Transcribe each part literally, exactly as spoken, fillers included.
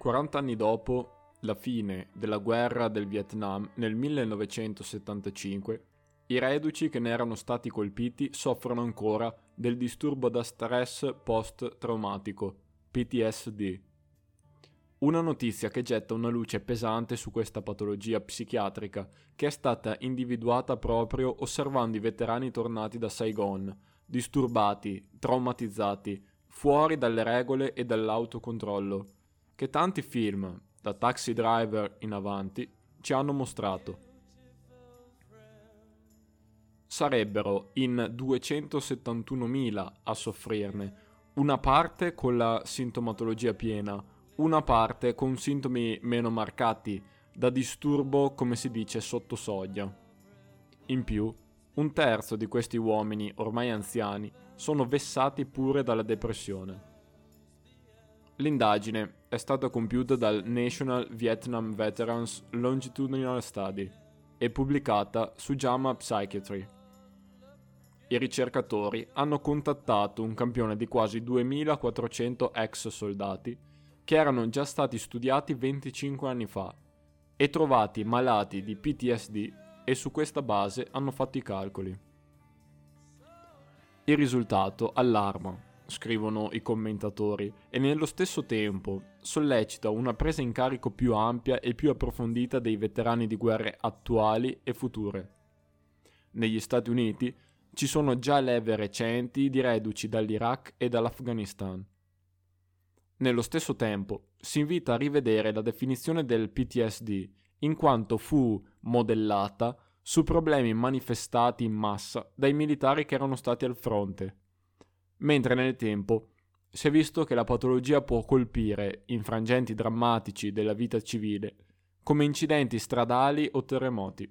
quaranta anni dopo la fine della guerra del Vietnam nel millenovecentosettantacinque, i reduci che ne erano stati colpiti soffrono ancora del disturbo da stress post-traumatico, P T S D. Una notizia che getta una luce pesante su questa patologia psichiatrica che è stata individuata proprio osservando i veterani tornati da Saigon, disturbati, traumatizzati, fuori dalle regole e dall'autocontrollo, che tanti film, da Taxi Driver in avanti, ci hanno mostrato. Sarebbero in duecentosettantunomila a soffrirne, una parte con la sintomatologia piena, una parte con sintomi meno marcati, da disturbo come si dice sotto soglia. In più, un terzo di questi uomini, ormai anziani, sono vessati pure dalla depressione. L'indagine è stata compiuta dal National Vietnam Veterans Longitudinal Study e pubblicata su JAMA Psychiatry. I ricercatori hanno contattato un campione di quasi duemilaquattrocento ex soldati che erano già stati studiati venticinque anni fa e trovati malati di P T S D, e su questa base hanno fatto i calcoli. Il risultato allarma, scrivono i commentatori, e nello stesso tempo sollecita una presa in carico più ampia e più approfondita dei veterani di guerre attuali e future. Negli Stati Uniti ci sono già leve recenti di reduci dall'Iraq e dall'Afghanistan. Nello stesso tempo si invita a rivedere la definizione del P T S D in quanto fu modellata su problemi manifestati in massa dai militari che erano stati al fronte, mentre nel tempo si è visto che la patologia può colpire in frangenti drammatici della vita civile, come incidenti stradali o terremoti.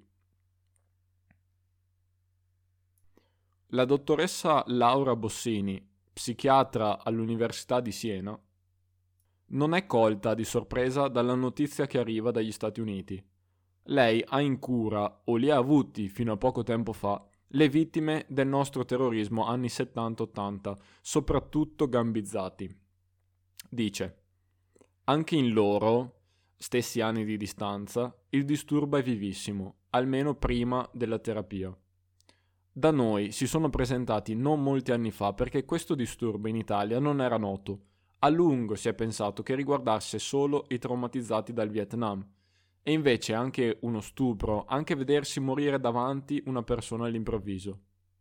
La dottoressa Laura Bossini, psichiatra all'Università di Siena, non è colta di sorpresa dalla notizia che arriva dagli Stati Uniti. Lei ha in cura, o li ha avuti fino a poco tempo fa, le vittime del nostro terrorismo anni settanta ottanta, soprattutto gambizzati. Dice: anche in loro, stessi anni di distanza, il disturbo è vivissimo, almeno prima della terapia. Da noi si sono presentati non molti anni fa perché questo disturbo in Italia non era noto. A lungo si è pensato che riguardasse solo i traumatizzati dal Vietnam, e invece anche uno stupro, anche vedersi morire davanti una persona all'improvviso.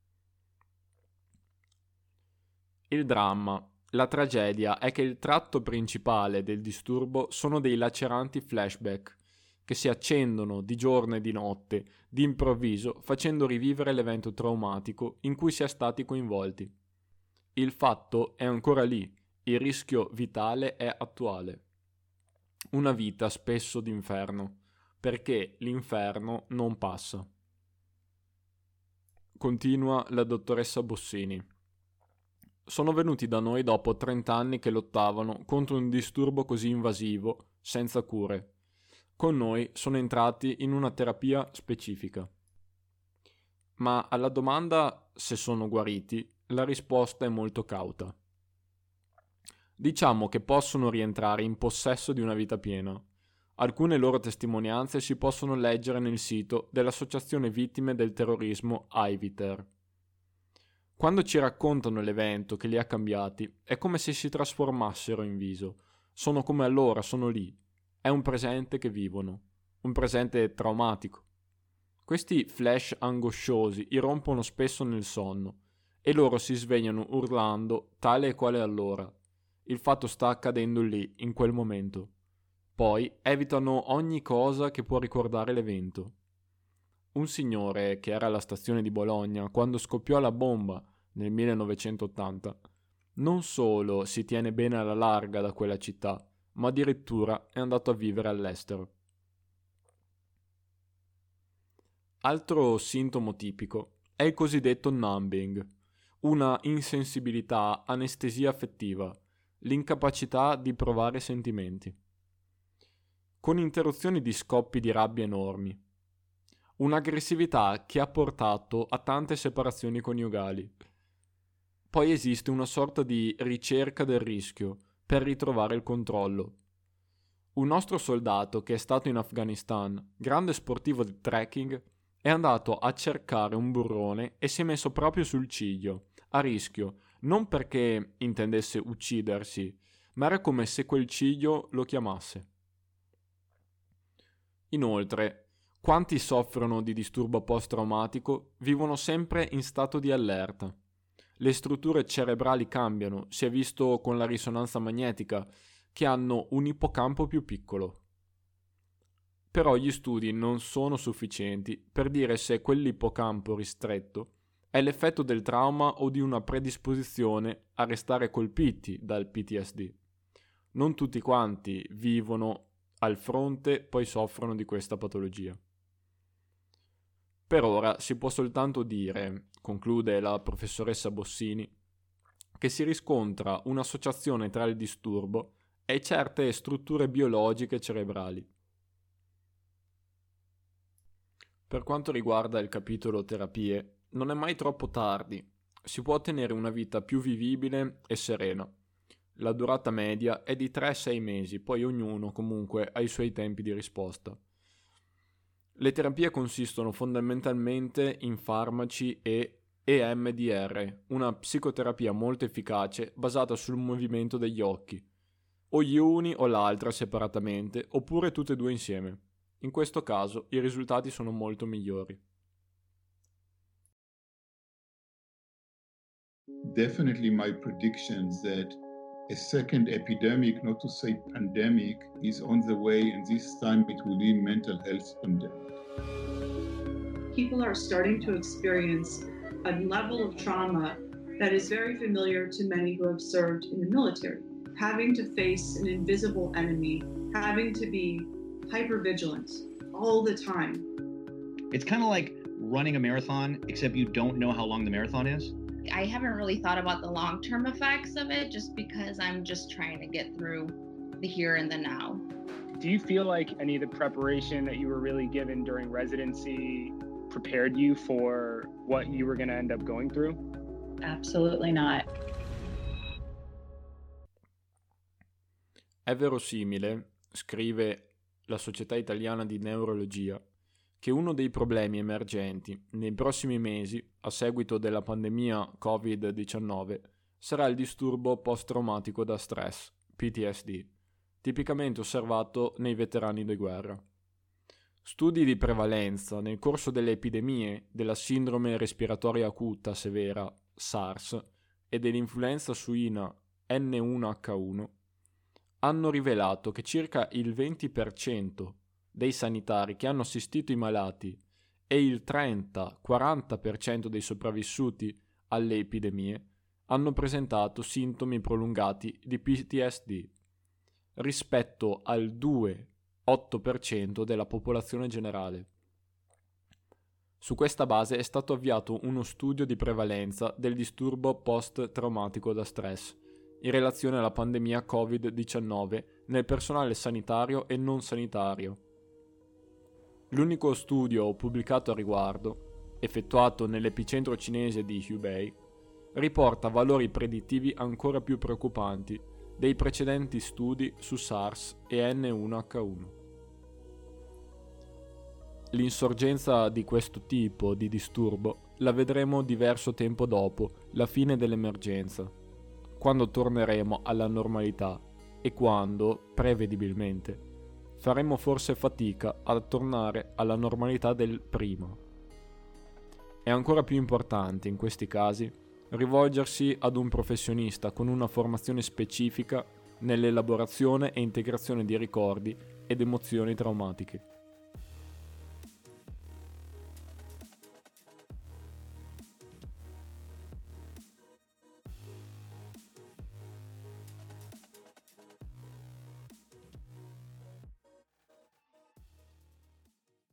Il dramma, la tragedia è che il tratto principale del disturbo sono dei laceranti flashback che si accendono di giorno e di notte, di improvviso, facendo rivivere l'evento traumatico in cui si è stati coinvolti. Il fatto è ancora lì, il rischio vitale è attuale. Una vita spesso d'inferno, perché l'inferno non passa. Continua la dottoressa Bossini. Sono venuti da noi dopo trenta anni che lottavano contro un disturbo così invasivo, senza cure. Con noi sono entrati in una terapia specifica. Ma alla domanda se sono guariti, la risposta è molto cauta. Diciamo che possono rientrare in possesso di una vita piena. Alcune loro testimonianze si possono leggere nel sito dell'Associazione Vittime del Terrorismo AIVITER. Quando ci raccontano l'evento che li ha cambiati, è come se si trasformassero in viso. Sono come allora, sono lì. È un presente che vivono, un presente traumatico. Questi flash angosciosi irrompono spesso nel sonno e loro si svegliano urlando tale e quale allora. Il fatto sta accadendo lì, in quel momento. Poi evitano ogni cosa che può ricordare l'evento. Un signore che era alla stazione di Bologna quando scoppiò la bomba nel millenovecentottanta non solo si tiene bene alla larga da quella città, ma addirittura è andato a vivere all'estero. Altro sintomo tipico è il cosiddetto numbing, una insensibilità, anestesia affettiva, l'incapacità di provare sentimenti, con interruzioni di scoppi di rabbia enormi, un'aggressività che ha portato a tante separazioni coniugali. Poi esiste una sorta di ricerca del rischio per ritrovare il controllo, Un nostro soldato che è stato in Afghanistan, grande sportivo di trekking, è andato a cercare un burrone e si è messo proprio sul ciglio, a rischio, non perché intendesse uccidersi, ma era come se quel ciglio lo chiamasse. Inoltre, quanti soffrono di disturbo post-traumatico vivono sempre in stato di allerta. Le strutture cerebrali cambiano, si è visto con la risonanza magnetica, che hanno un ippocampo più piccolo. Però gli studi non sono sufficienti per dire se quell'ippocampo ristretto è l'effetto del trauma o di una predisposizione a restare colpiti dal P T S D. Non tutti quanti vivono al fronte poi soffrono di questa patologia. Per ora si può soltanto dire, conclude la professoressa Bossini, che si riscontra un'associazione tra il disturbo e certe strutture biologiche cerebrali. Per quanto riguarda il capitolo terapie, non è mai troppo tardi. Si può ottenere una vita più vivibile e serena. La durata media è di tre sei mesi, poi ognuno comunque ha i suoi tempi di risposta. Le terapie consistono fondamentalmente in farmaci e E M D R, una psicoterapia molto efficace basata sul movimento degli occhi, o gli uni o l'altra separatamente, oppure tutte e due insieme. In questo caso i risultati sono molto migliori. Definitely my predictions that a second epidemic, not to say pandemic, is on the way, and this time it will be mental health pandemic. People are starting to experience a level of trauma that is very familiar to many who have served in the military. Having to face an invisible enemy, having to be hypervigilant all the time. It's kind of like running a marathon, except you don't know how long the marathon is. I haven't really thought about the long-term effects of it just because I'm just trying to get through the here and the now. Do you feel like any of the preparation that you were really given during residency prepared you for what you were going to end up going through? Absolutely not. È verosimile, scrive la Società Italiana di Neurologia, che uno dei problemi emergenti nei prossimi mesi, a seguito della pandemia covid diciannove, sarà il disturbo post-traumatico da stress, P T S D, tipicamente osservato nei veterani di guerra. Studi di prevalenza nel corso delle epidemie della sindrome respiratoria acuta severa, SARS, e dell'influenza suina N uno H uno hanno rivelato che circa il venti per cento dei sanitari che hanno assistito i malati e il trenta quaranta per cento dei sopravvissuti alle epidemie hanno presentato sintomi prolungati di P T S D, rispetto al due virgola otto per cento della popolazione generale. Su questa base è stato avviato uno studio di prevalenza del disturbo post-traumatico da stress in relazione alla pandemia covid diciannove nel personale sanitario e non sanitario. L'unico studio pubblicato a riguardo, effettuato nell'epicentro cinese di Hubei, riporta valori predittivi ancora più preoccupanti dei precedenti studi su SARS e N uno H uno. L'insorgenza di questo tipo di disturbo la vedremo diverso tempo dopo la fine dell'emergenza, quando torneremo alla normalità e quando, prevedibilmente, faremo forse fatica a tornare alla normalità del prima. È ancora più importante in questi casi rivolgersi ad un professionista con una formazione specifica nell'elaborazione e integrazione di ricordi ed emozioni traumatiche.